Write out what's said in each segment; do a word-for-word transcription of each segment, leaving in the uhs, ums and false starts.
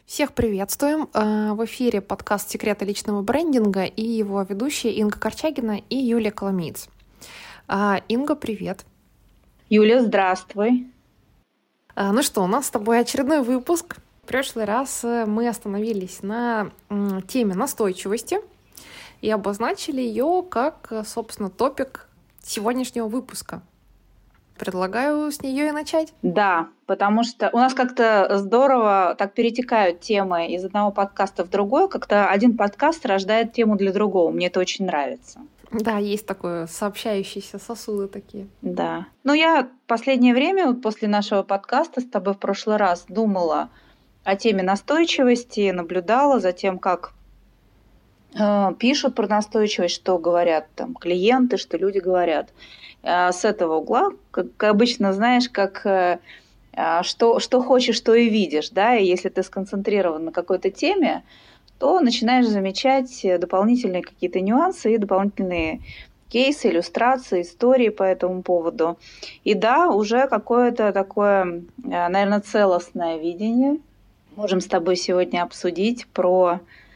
Всех приветствуем. Э, В эфире подкаст «Секреты личного брендинга» и его ведущие Инга Корчагина и Юлия Коломиец. А, Инга, привет. Юля, здравствуй. А, Ну что, у нас с тобой очередной выпуск. В прошлый раз э, мы остановились на м, теме настойчивости и обозначили ее как, э, собственно, топик сегодняшнего выпуска. Предлагаю с нее и начать. Да, потому что у нас как-то здорово так перетекают темы из одного подкаста в другой, как-то один подкаст рождает тему для другого. Мне это очень нравится. Да, есть такое сообщающиеся сосуды такие. Да. Ну, я в последнее время, вот после нашего подкаста с тобой в прошлый раз, думала о теме настойчивости, наблюдала за тем, как э, пишут про настойчивость, что говорят там клиенты, что люди говорят. Э, с этого угла, как обычно, знаешь, как э, э, что, что хочешь, то и видишь, да, и если ты сконцентрирован на какой-то теме, то начинаешь замечать дополнительные какие-то нюансы и дополнительные кейсы, иллюстрации, истории по этому поводу. И да, уже какое-то такое, наверное, целостное видение можем с тобой сегодня обсудить про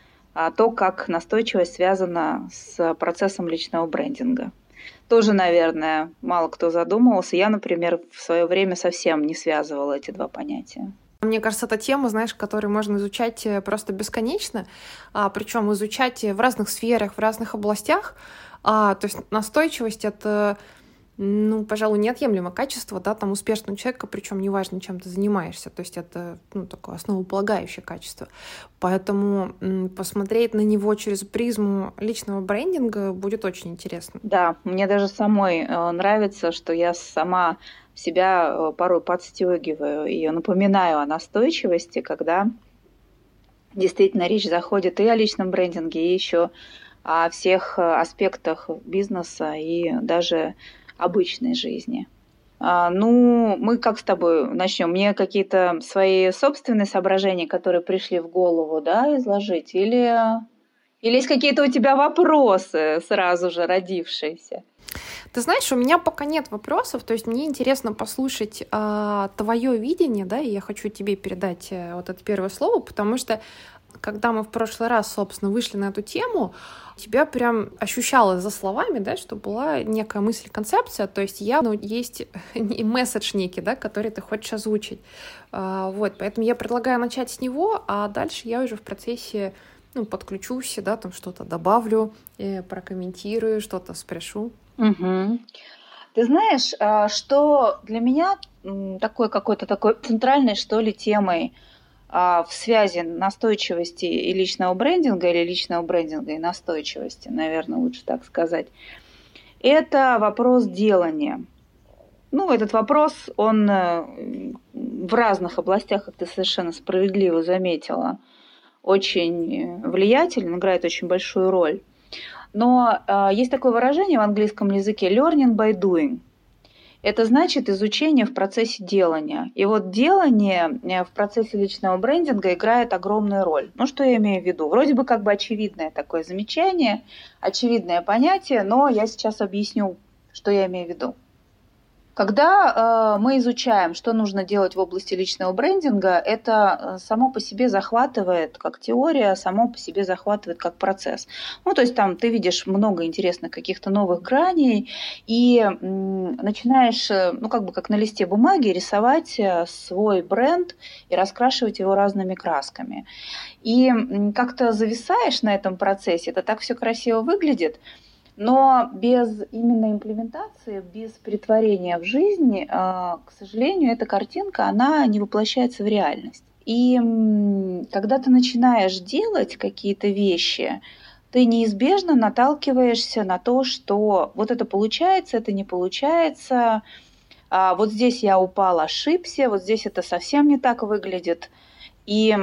то, как настойчивость связана с процессом личного брендинга. Тоже, наверное, мало кто задумывался. Я, например, в свое время совсем не связывала эти два понятия. Мне кажется, это тема, знаешь, которую можно изучать просто бесконечно, а, причем изучать в разных сферах, в разных областях. А, то есть настойчивость — это, ну, пожалуй, неотъемлемое качество, да, там успешного человека, причем неважно, чем ты занимаешься. То есть это, ну, такое основополагающее качество. Поэтому м, посмотреть на него через призму личного брендинга будет очень интересно. Да, мне даже самой э, нравится, что я сама себя э, порой подстегиваю и напоминаю о настойчивости, когда действительно речь заходит и о личном брендинге, и еще о всех аспектах бизнеса и даже обычной жизни. А, ну, мы как с тобой начнем? Мне какие-то свои собственные соображения, которые пришли в голову, да, изложить? Или, или есть какие-то у тебя вопросы сразу же родившиеся? Ты знаешь, у меня пока нет вопросов, то есть мне интересно послушать а, твое видение, да, и я хочу тебе передать а, вот это первое слово, потому что когда мы в прошлый раз, собственно, вышли на эту тему, тебя прям ощущалось за словами, да, что была некая мысль, концепция, то есть явно есть месседж некий, да, который ты хочешь озвучить. А, вот, поэтому я предлагаю начать с него, а дальше я уже в процессе, ну, подключусь, да, там что-то добавлю, э, прокомментирую, что-то спрошу. Угу. Ты знаешь, что для меня такой какой-то такой центральной, что ли, темой в связи настойчивости и личного брендинга, или личного брендинга и настойчивости, наверное, лучше так сказать, это вопрос делания. Ну, этот вопрос, он в разных областях, как ты совершенно справедливо заметила, очень влиятелен, играет очень большую роль. Но э, есть такое выражение в английском языке learning by doing. Это значит изучение в процессе делания. И вот делание в процессе личного брендинга играет огромную роль. Ну, что я имею в виду? Вроде бы как бы очевидное такое замечание, очевидное понятие, но я сейчас объясню, что я имею в виду. Когда э, мы изучаем, что нужно делать в области личного брендинга, это само по себе захватывает как теория, само по себе захватывает как процесс. Ну, то есть там ты видишь много интересных каких-то новых граней и м, начинаешь, ну, как бы как на листе бумаги, рисовать свой бренд и раскрашивать его разными красками. И м, как-то зависаешь на этом процессе, это так все красиво выглядит. Но без именно имплементации, без претворения в жизнь, к сожалению, эта картинка, она не воплощается в реальность. И когда ты начинаешь делать какие-то вещи, ты неизбежно наталкиваешься на то, что вот это получается, это не получается, вот здесь я упал, ошибся, вот здесь это совсем не так выглядит. И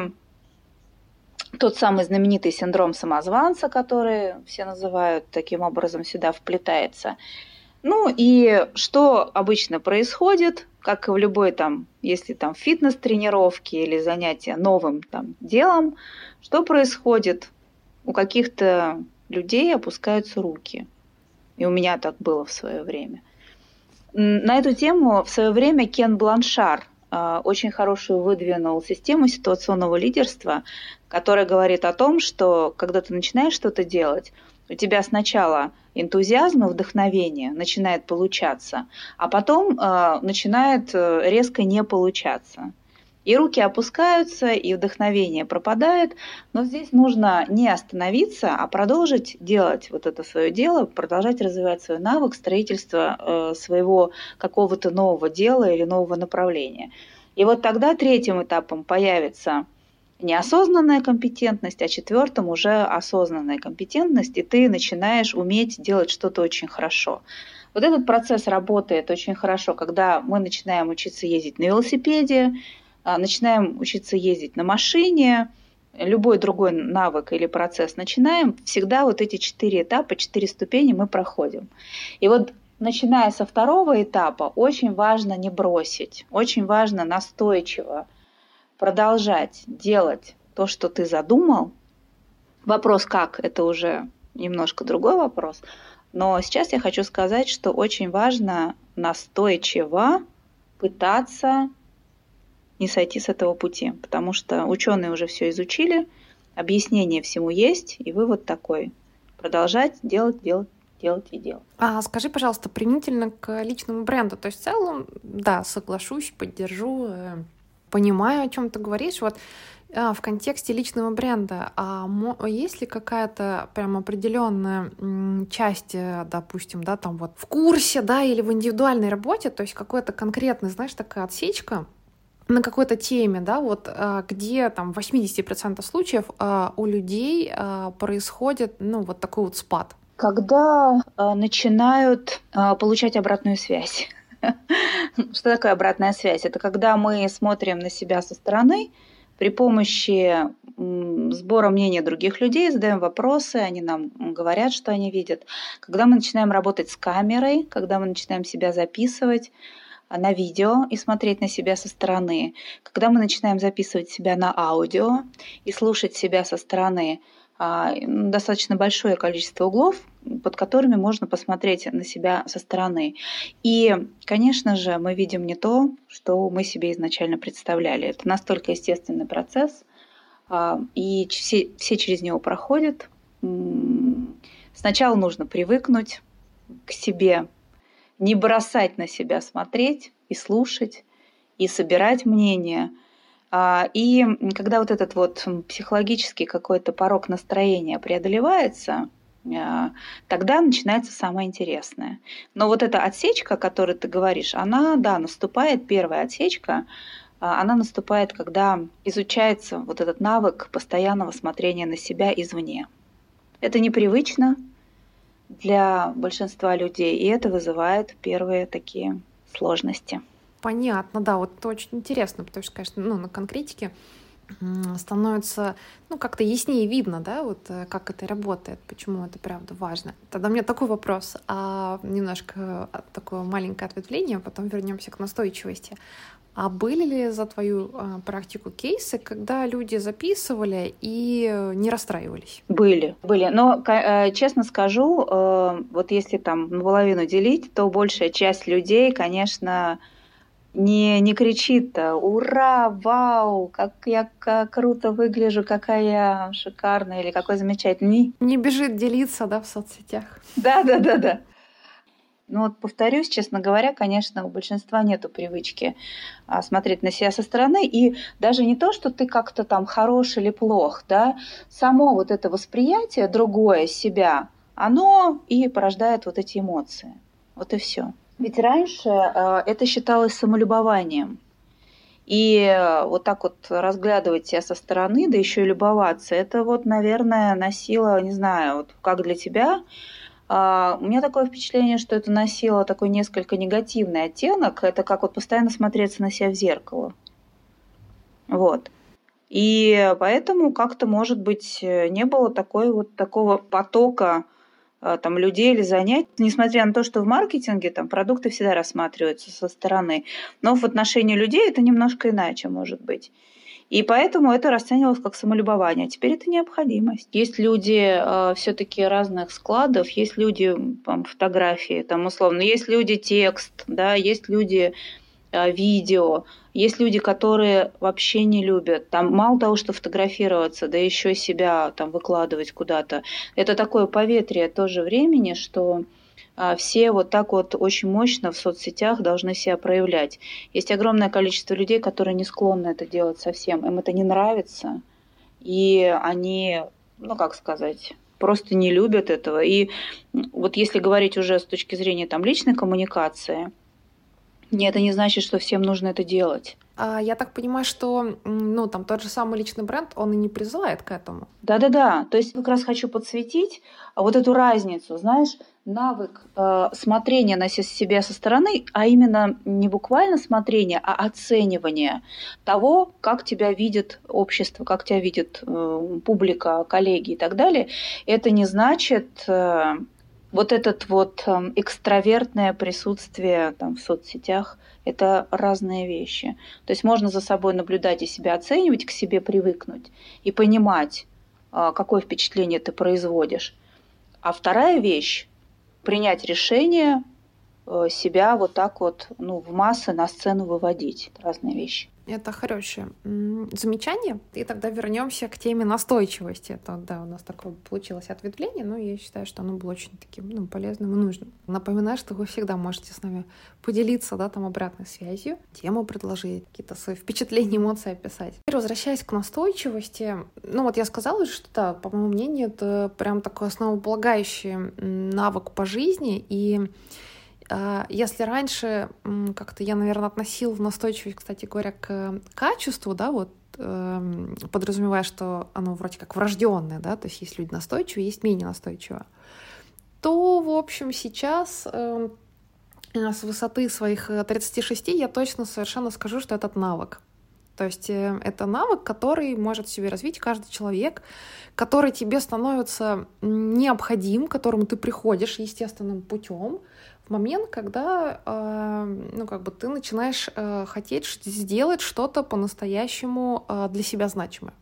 тот самый знаменитый синдром самозванца, который все называют таким образом, сюда вплетается. Ну и что обычно происходит, как и в любой там, если там фитнес-тренировке или занятия новым там делом, что происходит? У каких-то людей опускаются руки. И у меня так было в свое время. На эту тему в свое время Кен Бланшар очень хорошую выдвинул систему ситуационного лидерства, которая говорит о том, что когда ты начинаешь что-то делать, у тебя сначала энтузиазм и вдохновение начинает получаться, а потом э, начинает резко не получаться. И руки опускаются, и вдохновение пропадает, но здесь нужно не остановиться, а продолжить делать вот это свое дело, продолжать развивать свой навык строительства э, своего какого-то нового дела или нового направления. И вот тогда третьим этапом появится неосознанная компетентность, а четвертым уже осознанная компетентность, и ты начинаешь уметь делать что-то очень хорошо. Вот этот процесс работает очень хорошо, когда мы начинаем учиться ездить на велосипеде, начинаем учиться ездить на машине, любой другой навык или процесс начинаем, всегда вот эти четыре этапа, четыре ступени мы проходим. И вот начиная со второго этапа, очень важно не бросить, очень важно настойчиво продолжать делать то, что ты задумал. Вопрос как, это уже немножко другой вопрос. Но сейчас я хочу сказать, что очень важно настойчиво пытаться не сойти с этого пути, потому что ученые уже все изучили, объяснение всему есть, и вывод такой: продолжать делать, делать, делать и делать. А скажи, пожалуйста, применительно к личному бренду, то есть в целом, да, соглашусь, поддержу, понимаю, о чем ты говоришь, вот в контексте личного бренда, а есть ли какая-то прям определенная часть, допустим, да, там вот в курсе, да, или в индивидуальной работе, то есть какой-то конкретный, знаешь, такая отсечка на какой-то теме, да, вот где там в восемьдесят процентов случаев у людей происходит, ну, вот такой вот спад? Когда начинают получать обратную связь. Что такое обратная связь? Это когда мы смотрим на себя со стороны, при помощи сбора мнения других людей задаем вопросы, они нам говорят, что они видят. Когда мы начинаем работать с камерой, когда мы начинаем себя записывать на видео и смотреть на себя со стороны, когда мы начинаем записывать себя на аудио и слушать себя со стороны, достаточно большое количество углов, под которыми можно посмотреть на себя со стороны. И, конечно же, мы видим не то, что мы себе изначально представляли. Это настолько естественный процесс, и все, все через него проходят. Сначала нужно привыкнуть к себе, не бросать на себя смотреть и слушать, и собирать мнение. И когда вот этот вот психологический какой-то порог настроения преодолевается, тогда начинается самое интересное. Но вот эта отсечка, о которой ты говоришь, она, да, наступает, первая отсечка, она наступает, когда изучается вот этот навык постоянного смотрения на себя извне. Это непривычно для большинства людей, и это вызывает первые такие сложности. Понятно, да, вот это очень интересно, потому что, конечно, ну, на конкретике становится, ну, как-то яснее видно, да, вот как это работает, почему это правда важно. Тогда у меня такой вопрос, а немножко такое маленькое ответвление, потом вернемся к настойчивости. А были ли за твою а, практику кейсы, когда люди записывали и не расстраивались? Были, были. Но, честно скажу, вот если там наполовину делить, то большая часть людей, конечно, не, не кричит: «Ура! Вау! Как я как круто выгляжу! Какая я шикарная!» или «Какой замечательный!» Не бежит делиться, да, в соцсетях. Да-да-да-да. Ну вот повторюсь, честно говоря, конечно, у большинства нету привычки а, смотреть на себя со стороны. И даже не то, что ты как-то там хорош или плох, да, само вот это восприятие другое себя, оно и порождает вот эти эмоции. Вот и все. Ведь раньше а, это считалось самолюбованием. И вот так вот разглядывать себя со стороны, да еще и любоваться, это вот, наверное, носило, не знаю, вот как для тебя. Uh, у меня такое впечатление, что это носило такой несколько негативный оттенок. Это как вот постоянно смотреться на себя в зеркало. Вот. И поэтому как-то, может быть, не было такой вот такого потока uh, там, людей или занятий. Несмотря на то, что в маркетинге там, продукты всегда рассматриваются со стороны. Но в отношении людей это немножко иначе может быть. И поэтому это расценивалось как самолюбование. А теперь это необходимость. Есть люди э, все-таки разных складов, есть люди там, фотографии, там, условно, есть люди текст, да, есть люди видео. Есть люди, которые вообще не любят. Там мало того, что фотографироваться, да еще себя там выкладывать куда-то. Это такое поветрие тоже времени, что все вот так вот очень мощно в соцсетях должны себя проявлять. Есть огромное количество людей, которые не склонны это делать совсем. Им это не нравится. И они, ну как сказать, просто не любят этого. И вот если говорить уже с точки зрения там, личной коммуникации, нет, это не значит, что всем нужно это делать. А я так понимаю, что ну, там, тот же самый личный бренд, он и не призывает к этому. Да-да-да. То есть как раз хочу подсветить вот эту разницу, знаешь, навык э, смотрения на себя со стороны, а именно не буквально смотрение, а оценивание того, как тебя видит общество, как тебя видит э, публика, коллеги и так далее. Это не значит... Э, Вот этот вот экстравертное присутствие там, в соцсетях – это разные вещи. То есть можно за собой наблюдать и себя оценивать, к себе привыкнуть и понимать, какое впечатление ты производишь. А вторая вещь – принять решение себя вот так вот ну, в массы на сцену выводить. Это разные вещи. Это хорошее замечание. И тогда вернемся к теме настойчивости. Это, да, у нас такое получилось ответвление, но я считаю, что оно было очень таким ну, полезным и нужным. Напоминаю, что вы всегда можете с нами поделиться да, там, обратной связью, тему предложить, какие-то свои впечатления, эмоции описать. Теперь, возвращаясь к настойчивости, ну вот я сказала, что да, по моему мнению, это прям такой основополагающий навык по жизни, и если раньше как-то я, наверное, относила настойчивость, кстати говоря, к качеству, да, вот подразумевая, что оно вроде как врожденное, да, то есть есть люди настойчивые, есть менее настойчивые, то, в общем, сейчас с высоты своих тридцати шести я точно совершенно скажу, что этот навык. То есть это навык, который может в себе развить каждый человек, который тебе становится необходим, к которому ты приходишь естественным путем в момент, когда э, ну, как бы ты начинаешь э, хотеть сделать что-то по-настоящему э, для себя значимое.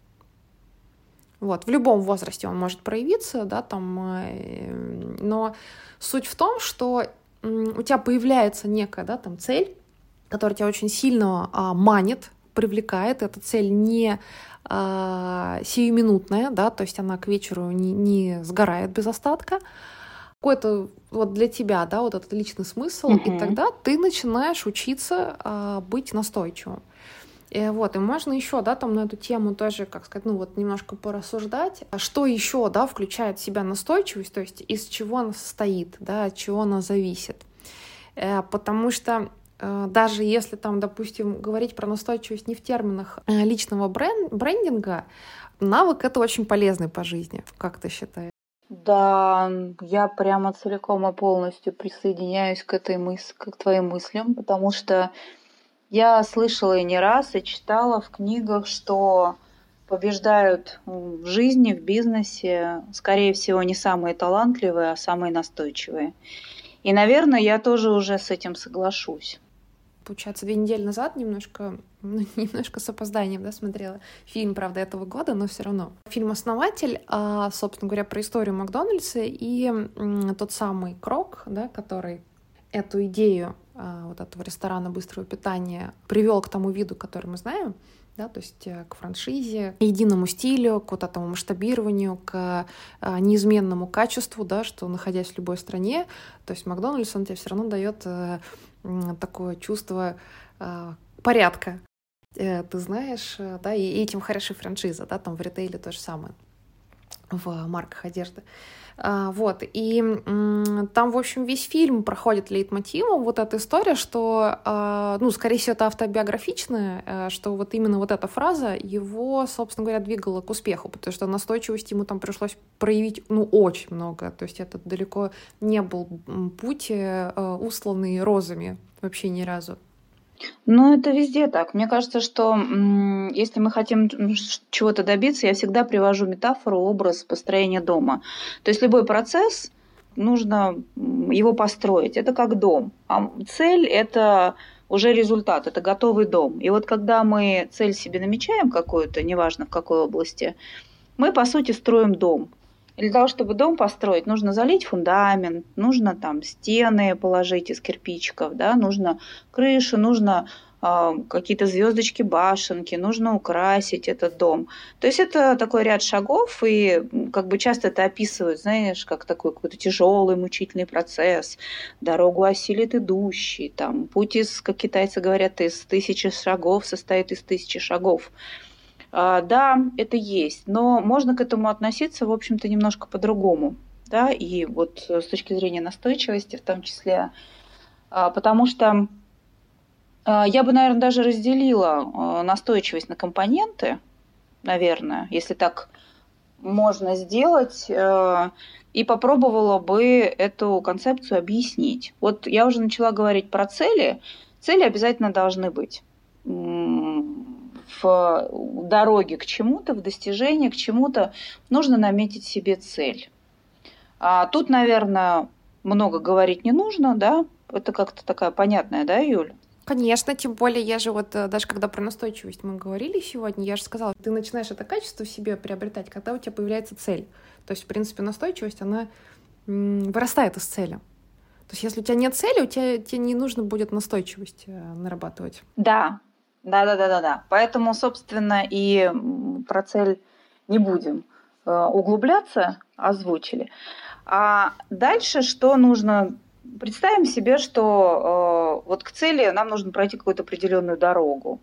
Вот. В любом возрасте он может проявиться, да, там, э, но суть в том, что э, у тебя появляется некая да, там, цель, которая тебя очень сильно э, манит, привлекает. Эта цель не э, сиюминутная, да, то есть она к вечеру не, не сгорает без остатка. Какой-то вот для тебя, да, вот этот личный смысл, uh-huh. и тогда ты начинаешь учиться а, быть настойчивым. И, вот, и можно еще, да, там на эту тему тоже, как сказать, ну вот немножко порассуждать, что еще, да, включает в себя настойчивость, то есть из чего она состоит, да, от чего она зависит. Э, потому что э, даже если там, допустим, говорить про настойчивость не в терминах э, личного бренд, брендинга, навык это очень полезный по жизни, как ты считаешь? Да, я прямо целиком и полностью присоединяюсь к этой мыс- к твоим мыслям, потому что я слышала и не раз, и читала в книгах, что побеждают в жизни, в бизнесе, скорее всего, не самые талантливые, а самые настойчивые. И, наверное, я тоже уже с этим соглашусь. Получается, две недели назад немножко, ну, немножко с опозданием, да, смотрела фильм, правда, этого года, но все равно. Фильм «Основатель», собственно говоря, про историю Макдональдса и тот самый Крок, да, который эту идею вот этого ресторана быстрого питания привел к тому виду, который мы знаем, да, то есть к франшизе, к единому стилю, к вот этому масштабированию, к неизменному качеству, да, что, находясь в любой стране, то есть Макдональдс, он тебе все равно дает такое чувство э, порядка. Э, ты знаешь, да, и этим хороши франшизы, да, там в ритейле то же самое, в марках одежды. А, вот, и м, там, в общем, весь фильм проходит лейтмотивом вот эта история, что, э, ну, скорее всего, это автобиографичное, э, что вот именно вот эта фраза его, собственно говоря, двигала к успеху, потому что настойчивости ему там пришлось проявить, ну, очень много, то есть это далеко не был путь, э, усланный розами вообще ни разу. Ну, это везде так. Мне кажется, что м, если мы хотим чего-то добиться, я всегда привожу метафору, образ построения дома. То есть любой процесс, нужно его построить. Это как дом. А цель – это уже результат, это готовый дом. И вот когда мы цель себе намечаем какую-то, неважно в какой области, мы, по сути, строим дом. Для того, чтобы дом построить, нужно залить фундамент, нужно там стены положить из кирпичиков, да, нужно крышу, нужно э, какие-то звездочки, башенки, нужно украсить этот дом. То есть это такой ряд шагов, и как бы часто это описывают, знаешь, как такой какой-то тяжелый, мучительный процесс. Дорогу осилит идущий, там, путь из, как китайцы говорят, из тысячи шагов состоит из тысячи шагов. Да, это есть, но можно к этому относиться, в общем-то, немножко по-другому, да, и вот с точки зрения настойчивости в том числе, потому что я бы, наверное, даже разделила настойчивость на компоненты, наверное, если так можно сделать, и попробовала бы эту концепцию объяснить. Вот я уже начала говорить про цели. Цели обязательно должны быть в дороге к чему-то, в достижении к чему-то нужно наметить себе цель. А тут, наверное, много говорить не нужно, да? Это как-то такая понятная, да, Юль? Конечно, тем более я же вот, даже когда про настойчивость мы говорили сегодня, я же сказала, ты начинаешь это качество в себе приобретать, когда у тебя появляется цель. То есть, в принципе, настойчивость, она вырастает из цели. То есть, если у тебя нет цели, у тебя, тебе не нужно будет настойчивость нарабатывать. Да, да-да-да-да-да. Поэтому, собственно, и про цель не будем углубляться, озвучили. А дальше что нужно? Представим себе, что э, вот к цели нам нужно пройти какую-то определенную дорогу.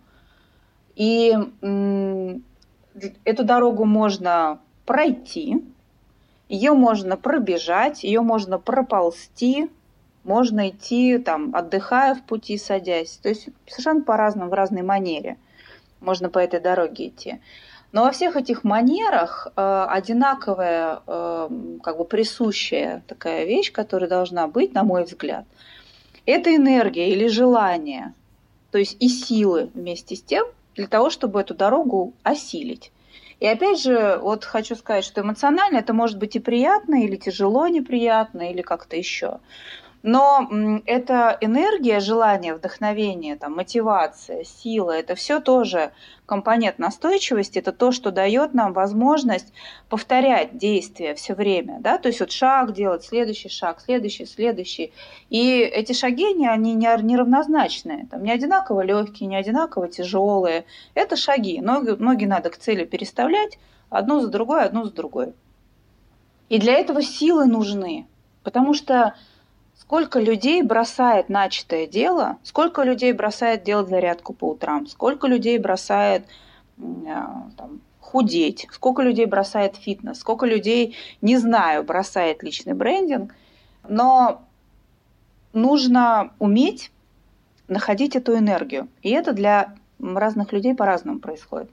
И э, эту дорогу можно пройти, ее можно пробежать, ее можно проползти, можно идти, там, отдыхая в пути, садясь. То есть совершенно по-разному, в разной манере можно по этой дороге идти. Но во всех этих манерах э, одинаковая, э, как бы присущая такая вещь, которая должна быть, на мой взгляд, это энергия или желание, то есть и силы вместе с тем, для того, чтобы эту дорогу осилить. И опять же, вот хочу сказать, что эмоционально это может быть и приятно, или тяжело, неприятно, или как-то еще. Но эта энергия, желание, вдохновение, там, мотивация, сила, это все тоже компонент настойчивости, это то, что дает нам возможность повторять действия все время, да, то есть вот шаг делать, следующий шаг, следующий, следующий. И эти шаги, они не равнозначные, там, не одинаково легкие, не одинаково тяжелые. Это шаги. Ноги, ноги надо к цели переставлять одну за другой, одну за другой. И для этого силы нужны, потому что сколько людей бросает начатое дело, сколько людей бросает делать зарядку по утрам, сколько людей бросает там, худеть, сколько людей бросает фитнес, сколько людей, не знаю, бросает личный брендинг, но нужно уметь находить эту энергию. И это для разных людей по-разному происходит.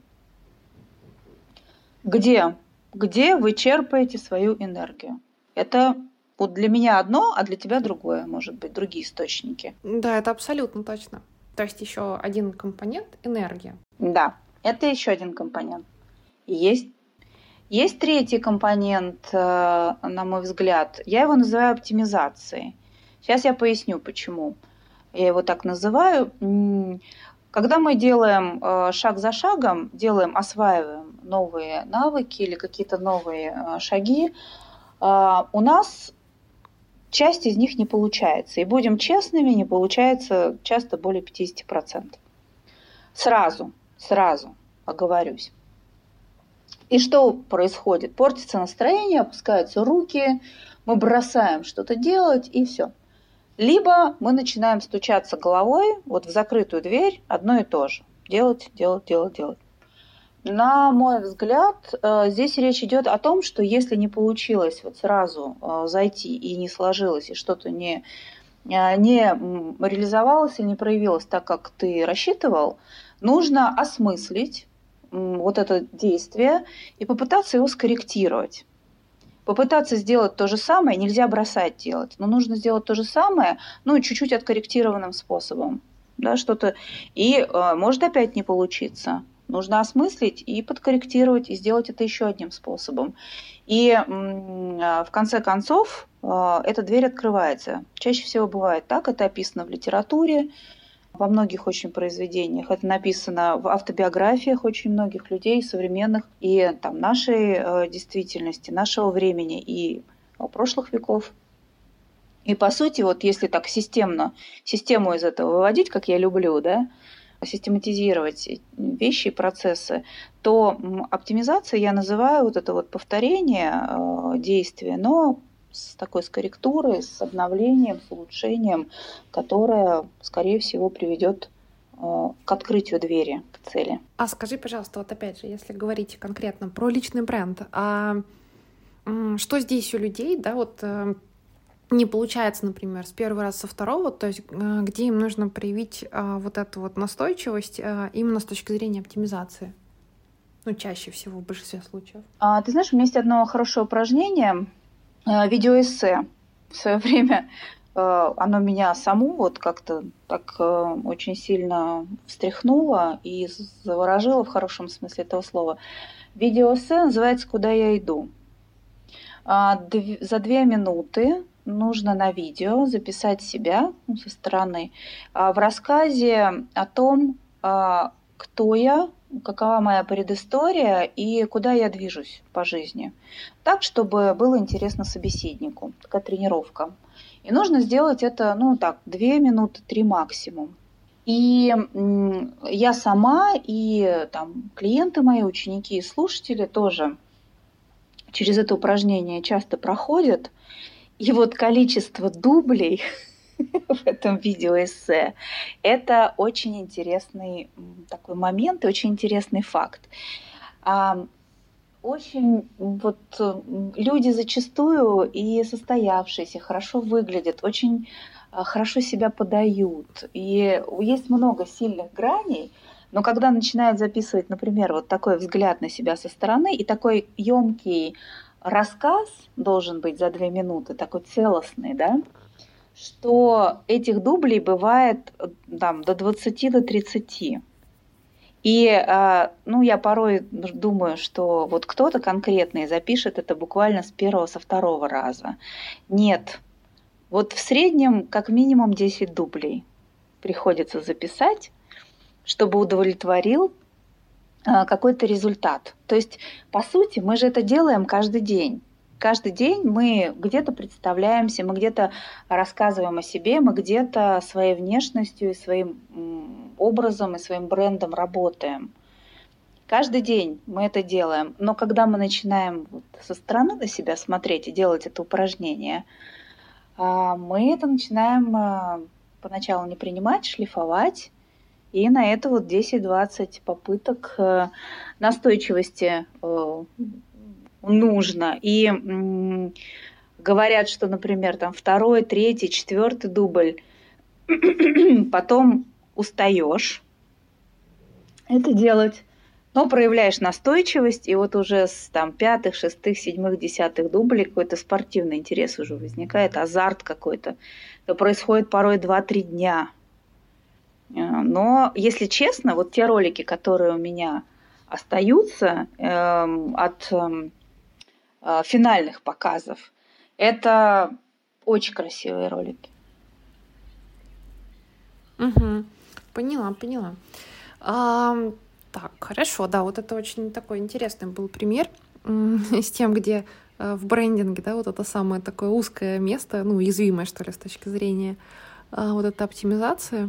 Где? Где вы черпаете свою энергию? Это вот для меня одно, а для тебя другое, может быть, другие источники. Да, это абсолютно точно. То есть еще один компонент — энергия. Да, это еще один компонент. Есть, есть третий компонент, на мой взгляд. Я его называю оптимизацией. Сейчас я поясню, почему я его так называю. Когда мы делаем шаг за шагом, делаем, осваиваем новые навыки или какие-то новые шаги, у нас часть из них не получается. И будем честными, не получается часто более пятьдесят процентов. Сразу, сразу оговорюсь. И что происходит? Портится настроение, опускаются руки, мы бросаем что-то делать, и все. Либо мы начинаем стучаться головой вот в закрытую дверь, одно и то же. Делать, делать, делать, делать. На мой взгляд, здесь речь идет о том, что если не получилось вот сразу зайти и не сложилось, и что-то не, не реализовалось или не проявилось так, как ты рассчитывал, нужно осмыслить вот это действие и попытаться его скорректировать. Попытаться сделать то же самое, нельзя бросать делать, но нужно сделать то же самое, ну, чуть-чуть откорректированным способом. Да, что-то, и может опять не получиться. Нужно осмыслить и подкорректировать, и сделать это еще одним способом. И в конце концов эта дверь открывается. Чаще всего бывает так, это описано в литературе, во многих очень произведениях. Это написано в автобиографиях очень многих людей современных и там, нашей э, действительности, нашего времени и э, прошлых веков. И по сути, вот если так системно, систему из этого выводить, как я люблю, да, систематизировать вещи и процессы, то оптимизация я называю вот это вот повторение э, действия, но с такой с корректурой, с обновлением, с улучшением, которое, скорее всего, приведет э, к открытию двери к цели. А скажи, пожалуйста, вот опять же, если говорить конкретно про личный бренд, а что здесь у людей, да, вот э, не получается, например, с первого раза, со второго, то есть э, где им нужно проявить э, вот эту вот настойчивость э, именно с точки зрения оптимизации? Ну, чаще всего, в большинстве случаев. А, ты знаешь, у меня есть одно хорошее упражнение, э, видеоэссе. В свое время э, оно меня саму вот как-то так э, очень сильно встряхнуло и заворожило в хорошем смысле этого слова. Видеоэссе называется «Куда я иду?». А, дв- за две минуты нужно на видео записать себя ну, со стороны а, в рассказе о том, а, кто я, какова моя предыстория и куда я движусь по жизни. Так, чтобы было интересно собеседнику. Такая тренировка. И нужно сделать это, ну так, две минуты, три максимум. И м, я сама, и там, клиенты мои, ученики и слушатели тоже через это упражнение часто проходят. И вот количество дублей в этом видеоэссе – это очень интересный такой момент и очень интересный факт. А, Очень вот люди зачастую и состоявшиеся хорошо выглядят, очень а, хорошо себя подают. И есть много сильных граней, но когда начинают записывать, например, вот такой взгляд на себя со стороны и такой емкий рассказ должен быть за две минуты, такой целостный, да, что этих дублей бывает там, до двадцати, до тридцати. И а, ну, я порой думаю, что вот кто-то конкретный запишет это буквально с первого, со второго раза. Нет. Вот в среднем как минимум десять дублей приходится записать, чтобы удовлетворил а, какой-то результат. То есть, по сути, мы же это делаем каждый день. Каждый день мы где-то представляемся, мы где-то рассказываем о себе, мы где-то своей внешностью и своим м, образом и своим брендом работаем. Каждый день мы это делаем. Но когда мы начинаем вот со стороны на себя смотреть и делать это упражнение, а, мы это начинаем а, поначалу не принимать, шлифовать. И на это вот десять-двадцать попыток э, настойчивости э, нужно. И м, говорят, что, например, там второй, третий, четвертый дубль, потом устаешь это делать, но проявляешь настойчивость, и вот уже с там, пятых, шестых, седьмых, десятых дублей какой-то спортивный интерес уже возникает, азарт какой-то. Это происходит порой два-три дня. Но, если честно, вот те ролики, которые у меня остаются э, от э, финальных показов, это очень красивые ролики. Угу. Поняла, поняла. А, так, хорошо, да, вот это очень такой интересный был пример с тем, где э, в брендинге, да, вот это самое такое узкое место, ну, уязвимое, что ли, с точки зрения э, вот этой оптимизации.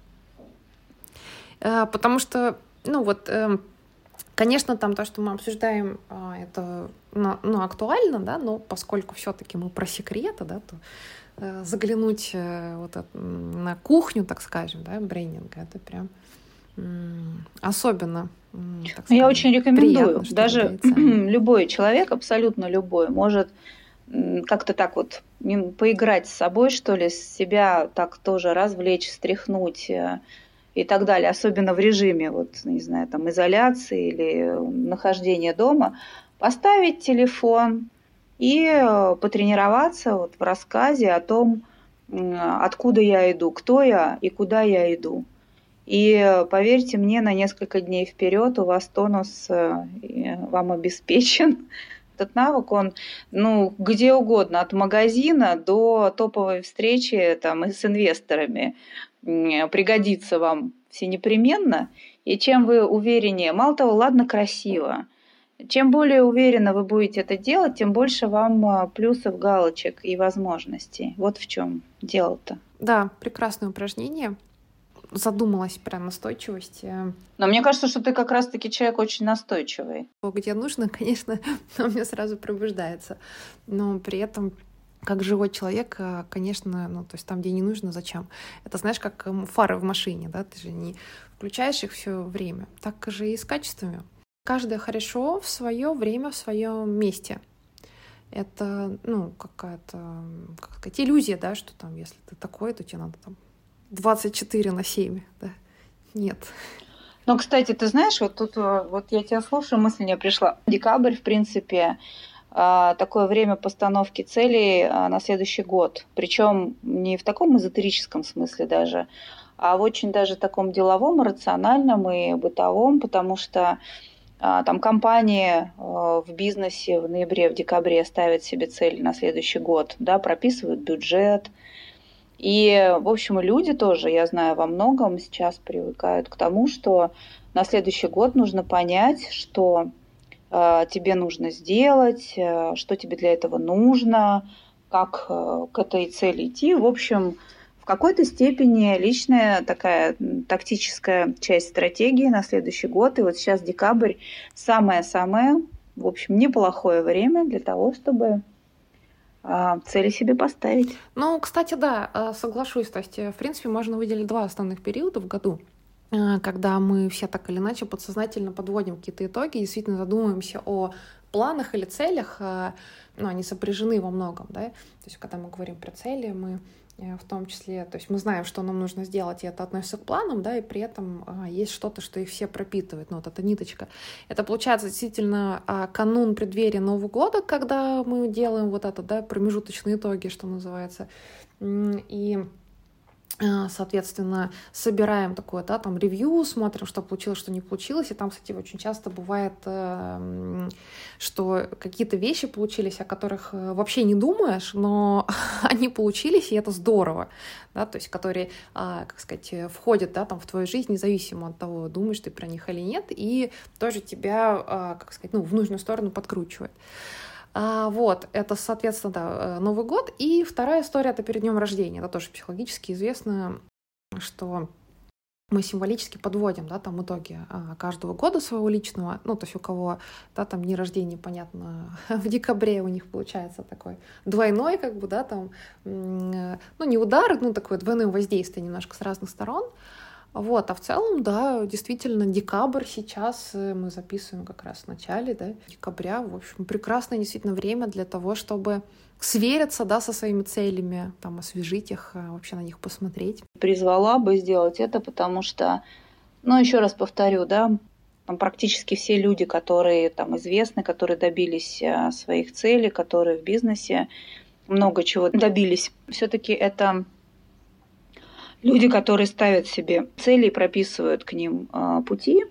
Потому что, ну вот, конечно, там то, что мы обсуждаем, это ну, актуально, да, но поскольку все-таки мы про секреты, да, то заглянуть вот на кухню, так скажем, да, брендинга, это прям особенно, так скажем, я очень рекомендую. Приятно, даже любой человек, абсолютно любой, может как-то так вот поиграть с собой, что ли, себя так тоже развлечь, встряхнуть и так далее, особенно в режиме, вот, не знаю, там, изоляции или нахождения дома, поставить телефон и потренироваться вот в рассказе о том, откуда я иду, кто я и куда я иду. И поверьте мне, на несколько дней вперед у вас тонус вам обеспечен, Этот навык, он, ну, где угодно, от магазина до топовой встречи там и с инвесторами м, пригодится вам все непременно. И чем вы увереннее, мало того, ладно, красиво. Чем более уверенно вы будете это делать, тем больше вам а, плюсов, галочек и возможностей. Вот в чем дело-то. Да, прекрасное упражнение. Задумалась про настойчивость. э, Но мне кажется, что ты как раз-таки человек очень настойчивый. Где нужно, конечно, у меня сразу пробуждается. Но при этом, как живой человек, э, конечно, ну, то есть там, где не нужно, зачем? Это, знаешь, как эм, фары в машине, да, ты же не включаешь их все время. Так же и с качествами. Каждое хорошо в свое время, в своем месте. Это, ну, какая-то, м, как сказать, иллюзия, да, что там, если ты такой, то тебе надо там двадцать четыре на семь, да. Нет. Но, кстати, ты знаешь, вот тут э, вот я тебя слушаю, мысль мне пришла. Декабрь, в принципе, а, такое время постановки целей а, на следующий год. Причем не в таком эзотерическом смысле даже, а в очень даже таком деловом, рациональном и бытовом, потому что а, там компании а, в бизнесе в ноябре, в декабре ставят себе цели на следующий год, да, прописывают бюджет. И, в общем, и люди тоже, я знаю, во многом сейчас привыкают к тому, что на следующий год нужно понять, что э, тебе нужно сделать, э, что тебе для этого нужно, как э, к этой цели идти. В общем, в какой-то степени личная такая м, тактическая часть стратегии на следующий год. И вот сейчас декабрь самое-самое, в общем, неплохое время для того, чтобы а, цели себе поставить. Ну, кстати, да, э, соглашусь. То есть, э, в принципе, можно выделить два основных периода в году, э, когда мы все так или иначе подсознательно подводим какие-то итоги, действительно задумываемся о планах или целях, э, ну, они сопряжены во многом, да. То есть, когда мы говорим про цели, мы э, в том числе, то есть мы знаем, что нам нужно сделать, и это относится к планам, да, и при этом а, есть что-то, что их все пропитывает, ну, вот эта ниточка. Это получается действительно а, канун преддверия Нового года, когда мы делаем вот это, да, промежуточные итоги, что называется, М, и а, соответственно, собираем такое, да, там, ревью, смотрим, что получилось, что не получилось, и там, кстати, очень часто бывает, э, м, что какие-то вещи получились, о которых э, вообще не думаешь, но они получились, и это здорово, да, то есть, которые, а, как сказать, э, входят, да, там, в твою жизнь, независимо от того, думаешь ты про них или нет, и тоже тебя, а, как сказать, ну, в нужную сторону подкручивает. А, вот, это, соответственно, да, э, Новый год. И вторая история — это перед днем рождения. Это тоже психологически известно, что мы символически подводим, да, там итоги а, каждого года своего личного. Ну, то есть у кого, да, там дни рождения, понятно, в декабре у них получается такой двойной, как бы, да, там, м, э, ну, не удар, ну, такое двойное воздействие немножко с разных сторон. Вот, а в целом, да, действительно, декабрь сейчас э, мы записываем как раз в начале, да, декабря. В общем, прекрасное действительно время для того, чтобы свериться, да, со своими целями, там, освежить их, э, вообще на них посмотреть. Призвала бы сделать это, потому что, ну, еще раз повторю, да, там практически все люди, которые там известны, которые добились а, своих целей, которые в бизнесе много чего добились, все-таки это люди, которые ставят себе цели и прописывают к ним а, пути.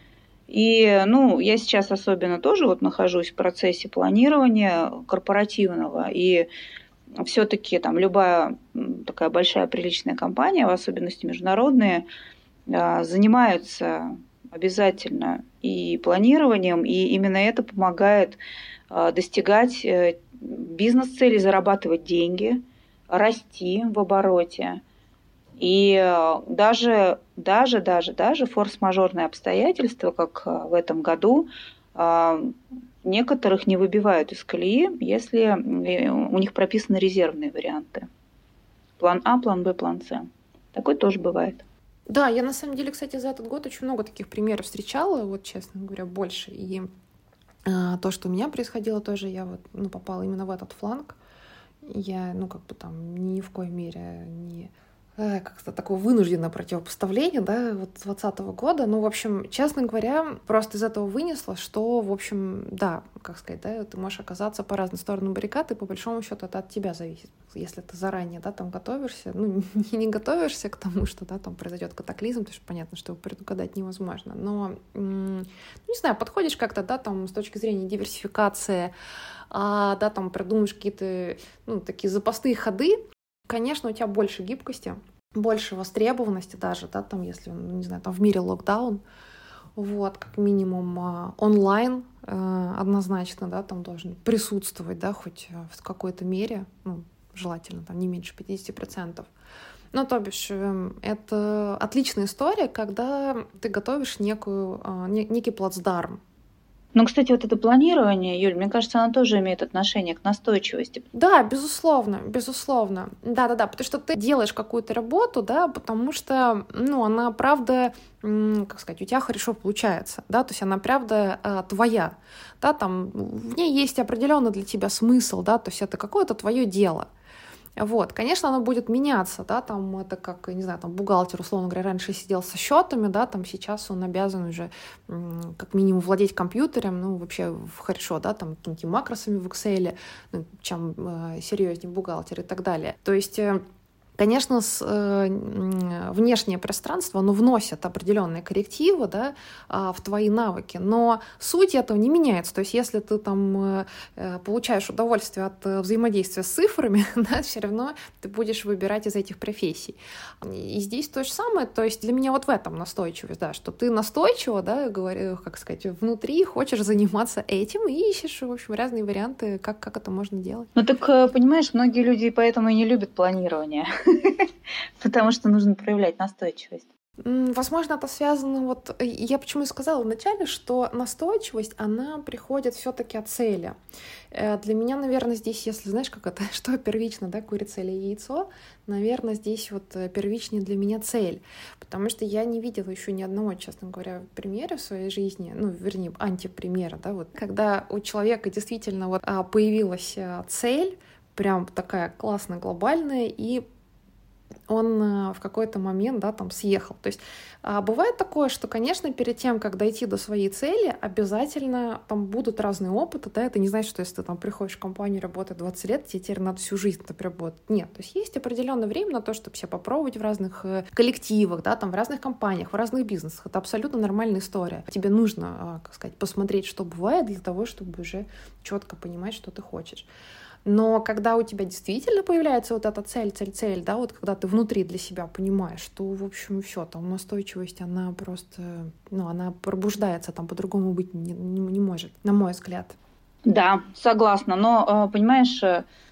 И, ну, я сейчас особенно тоже вот нахожусь в процессе планирования корпоративного, и все-таки там любая м, такая большая приличная компания, в особенности международные, а, занимаются обязательно и планированием, и именно это помогает а, достигать э, бизнес-целей, зарабатывать деньги, расти в обороте. И э, даже, даже, даже, даже форс-мажорные обстоятельства, как э, в этом году, э, некоторых не выбивают из колеи, если э, у них прописаны резервные варианты. План А, план Б, план С. Такое тоже бывает. Да, я на самом деле, кстати, за этот год очень много таких примеров встречала, вот, честно говоря, больше. И а, то, что у меня происходило тоже, я вот, ну, попала именно в этот фланг. Я, ну, как бы там ни в коей мере не как-то такое вынужденное противопоставление, да, вот двадцатого года. Ну, в общем, честно говоря, просто из этого вынесла, что, в общем, да, как сказать, да, ты можешь оказаться по разные стороны баррикад, и по большому счету это от тебя зависит. Если ты заранее, да, там готовишься, ну, не, не готовишься к тому, что, да, там произойдет катаклизм, потому что понятно, что его предугадать невозможно. Но, ну, не знаю, подходишь как-то, да, там, с точки зрения диверсификации, а, да, там, придумаешь какие-то, ну, такие запасные ходы, конечно, у тебя больше гибкости, больше востребованности даже, да, там, если, ну, не знаю, там в мире локдаун, вот, как минимум а, онлайн э, однозначно, да, там должен присутствовать, да, хоть в какой-то мере, ну, желательно, там, не меньше пятьдесят процентов. Ну, то бишь, э, это отличная история, когда ты готовишь некую, э, не, некий плацдарм. Ну, кстати, вот это планирование, Юль, мне кажется, оно тоже имеет отношение к настойчивости. Да, безусловно, безусловно. Да-да-да, потому что ты делаешь какую-то работу, да, потому что, ну, она, правда, как сказать, у тебя хорошо получается, да, то есть она, правда, твоя, да, там в ней есть определенный для тебя смысл, да, то есть это какое-то твое дело. Вот, конечно, оно будет меняться, да, там это как, не знаю, там бухгалтер, условно говоря, раньше сидел со счетами, да, там сейчас он обязан уже как минимум владеть компьютером, ну, вообще хорошо, да, там какими-то макросами в Excel, ну, чем э, серьезнее бухгалтер и так далее. То есть... Э, Конечно, с, э, внешнее пространство, оно вносит определенные коррективы, да, э, в твои навыки, но суть этого не меняется. То есть если ты там э, получаешь удовольствие от взаимодействия с цифрами, да, все равно ты будешь выбирать из этих профессий. И здесь то же самое, то есть для меня вот в этом настойчивость, да, что ты настойчиво, да, говорю, как сказать, внутри хочешь заниматься этим и ищешь, в общем, разные варианты, как, как это можно делать. Ну так, понимаешь, многие люди поэтому и не любят планирование. Потому что нужно проявлять настойчивость. Возможно, это связано, вот я почему и сказала вначале, что настойчивость, она приходит все-таки от цели. Для меня, наверное, здесь, если знаешь, как это, что первично, да, курица или яйцо, наверное, здесь вот первичнее для меня цель, потому что я не видела еще ни одного, честно говоря, примера в своей жизни, ну, вернее, антипримера, да, вот, когда у человека действительно вот появилась цель, прям такая классная, глобальная, и он в какой-то момент, да, там съехал. То есть а, бывает такое, что, конечно, перед тем, как дойти до своей цели, обязательно там будут разные опыты, да, это не значит, что если ты там приходишь в компанию, работать двадцать лет, тебе теперь надо всю жизнь там работать. Нет, то есть есть определенное время на то, чтобы себя попробовать в разных коллективах, да, там в разных компаниях, в разных бизнесах. Это абсолютно нормальная история. Тебе нужно, как сказать, посмотреть, что бывает, для того, чтобы уже четко понимать, что ты хочешь. Но когда у тебя действительно появляется вот эта цель, цель, цель, да, вот когда ты внутри для себя понимаешь, что, в общем, все, там настойчивость, она просто, ну, она пробуждается, там по-другому быть не, не, не может, на мой взгляд. Да, согласна, но, понимаешь,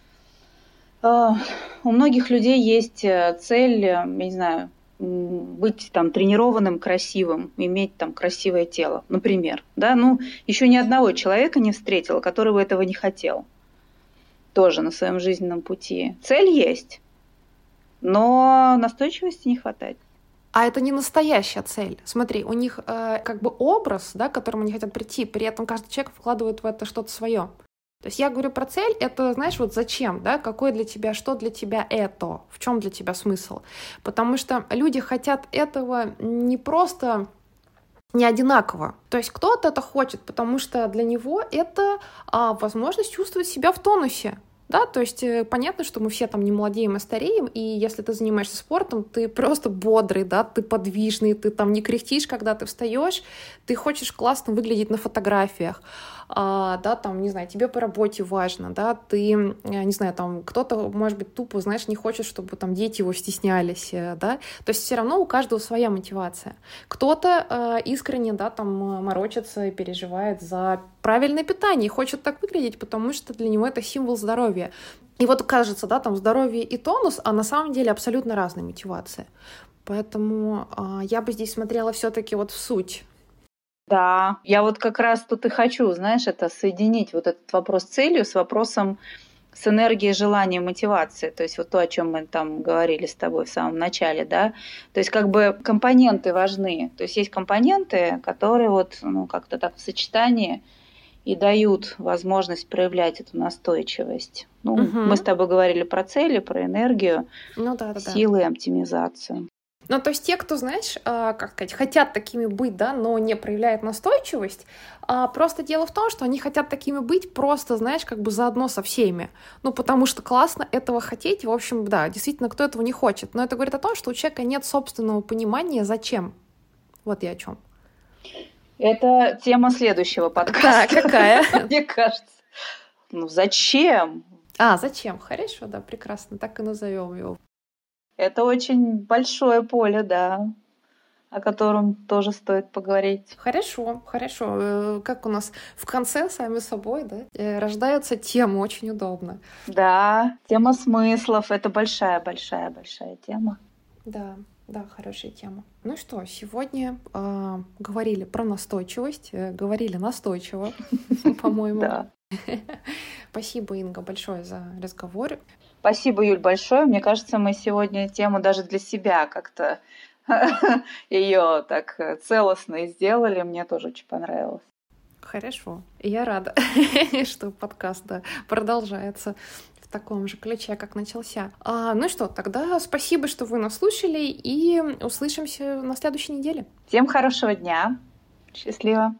у многих людей есть цель, я не знаю, быть там тренированным, красивым, иметь там красивое тело, например, да, ну, еще ни одного человека не встретила, который бы этого не хотел. Тоже на своем жизненном пути. Цель есть, но настойчивости не хватает. А это не настоящая цель. Смотри, у них э, как бы образ, да, к которому они хотят прийти, при этом каждый человек вкладывает в это что-то свое. То есть я говорю про цель, это, знаешь, вот зачем, да, какое для тебя, что для тебя это, в чем для тебя смысл. Потому что люди хотят этого не просто... не одинаково. То есть кто-то это хочет, потому что для него это а, возможность чувствовать себя в тонусе. Да, то есть понятно, что мы все там не молодеем, а стареем, и если ты занимаешься спортом, ты просто бодрый, да, ты подвижный, ты там не кряхтишь, когда ты встаешь, ты хочешь классно выглядеть на фотографиях, а, да, там, не знаю, тебе по работе важно, да, ты, не знаю, там, кто-то, может быть, тупо, знаешь, не хочет, чтобы там дети его стеснялись, да, то есть все равно у каждого своя мотивация. Кто-то э, искренне, да, там, морочится и переживает за правильное питание и хочет так выглядеть, потому что для него это символ здоровья. И вот кажется, да, там здоровье и тонус, а на самом деле абсолютно разные мотивации. Поэтому э, я бы здесь смотрела все-таки вот в суть. Да, я вот как раз тут и хочу, знаешь, это соединить вот этот вопрос с целью с вопросом с энергией, желанием, мотивацией. То есть вот то, о чем мы там говорили с тобой в самом начале, да. То есть как бы компоненты важны. То есть есть компоненты, которые вот, ну, как-то так в сочетании и дают возможность проявлять эту настойчивость. Ну, Мгм. мы с тобой говорили про цели, про энергию, Ну да, да, да. силы и оптимизацию. Ну, то есть те, кто, знаешь, а, как сказать, хотят такими быть, да, но не проявляют настойчивость, а, просто дело в том, что они хотят такими быть просто, знаешь, как бы заодно со всеми. Ну, потому что классно этого хотеть, в общем, да, действительно, кто этого не хочет. Но это говорит о том, что у человека нет собственного понимания, зачем. Вот я о чем. Это тема следующего Да, подкаста, какая? мне кажется. Ну, зачем? А, зачем? Хорошо, да, прекрасно, так и назовем его. Это очень большое поле, да, о котором тоже стоит поговорить. Хорошо, хорошо. Э, Как у нас в конце, сами собой, да, э, рождаются темы, очень удобно. Да, тема смыслов — это большая-большая-большая тема. Да, да, хорошая тема. Ну что, сегодня а, говорили про настойчивость, э, говорили настойчиво, по-моему. Да. Спасибо, Инга, большое за разговор. Спасибо, Юль, большое. Мне кажется, мы сегодня тему даже для себя как-то ее так э, целостно сделали. Мне тоже очень понравилось. Хорошо. И я рада, что подкаст да, продолжается в таком же ключе, как начался. А, ну что, тогда спасибо, что вы нас слушали, и услышимся на следующей неделе. Всем хорошего дня. Счастливо.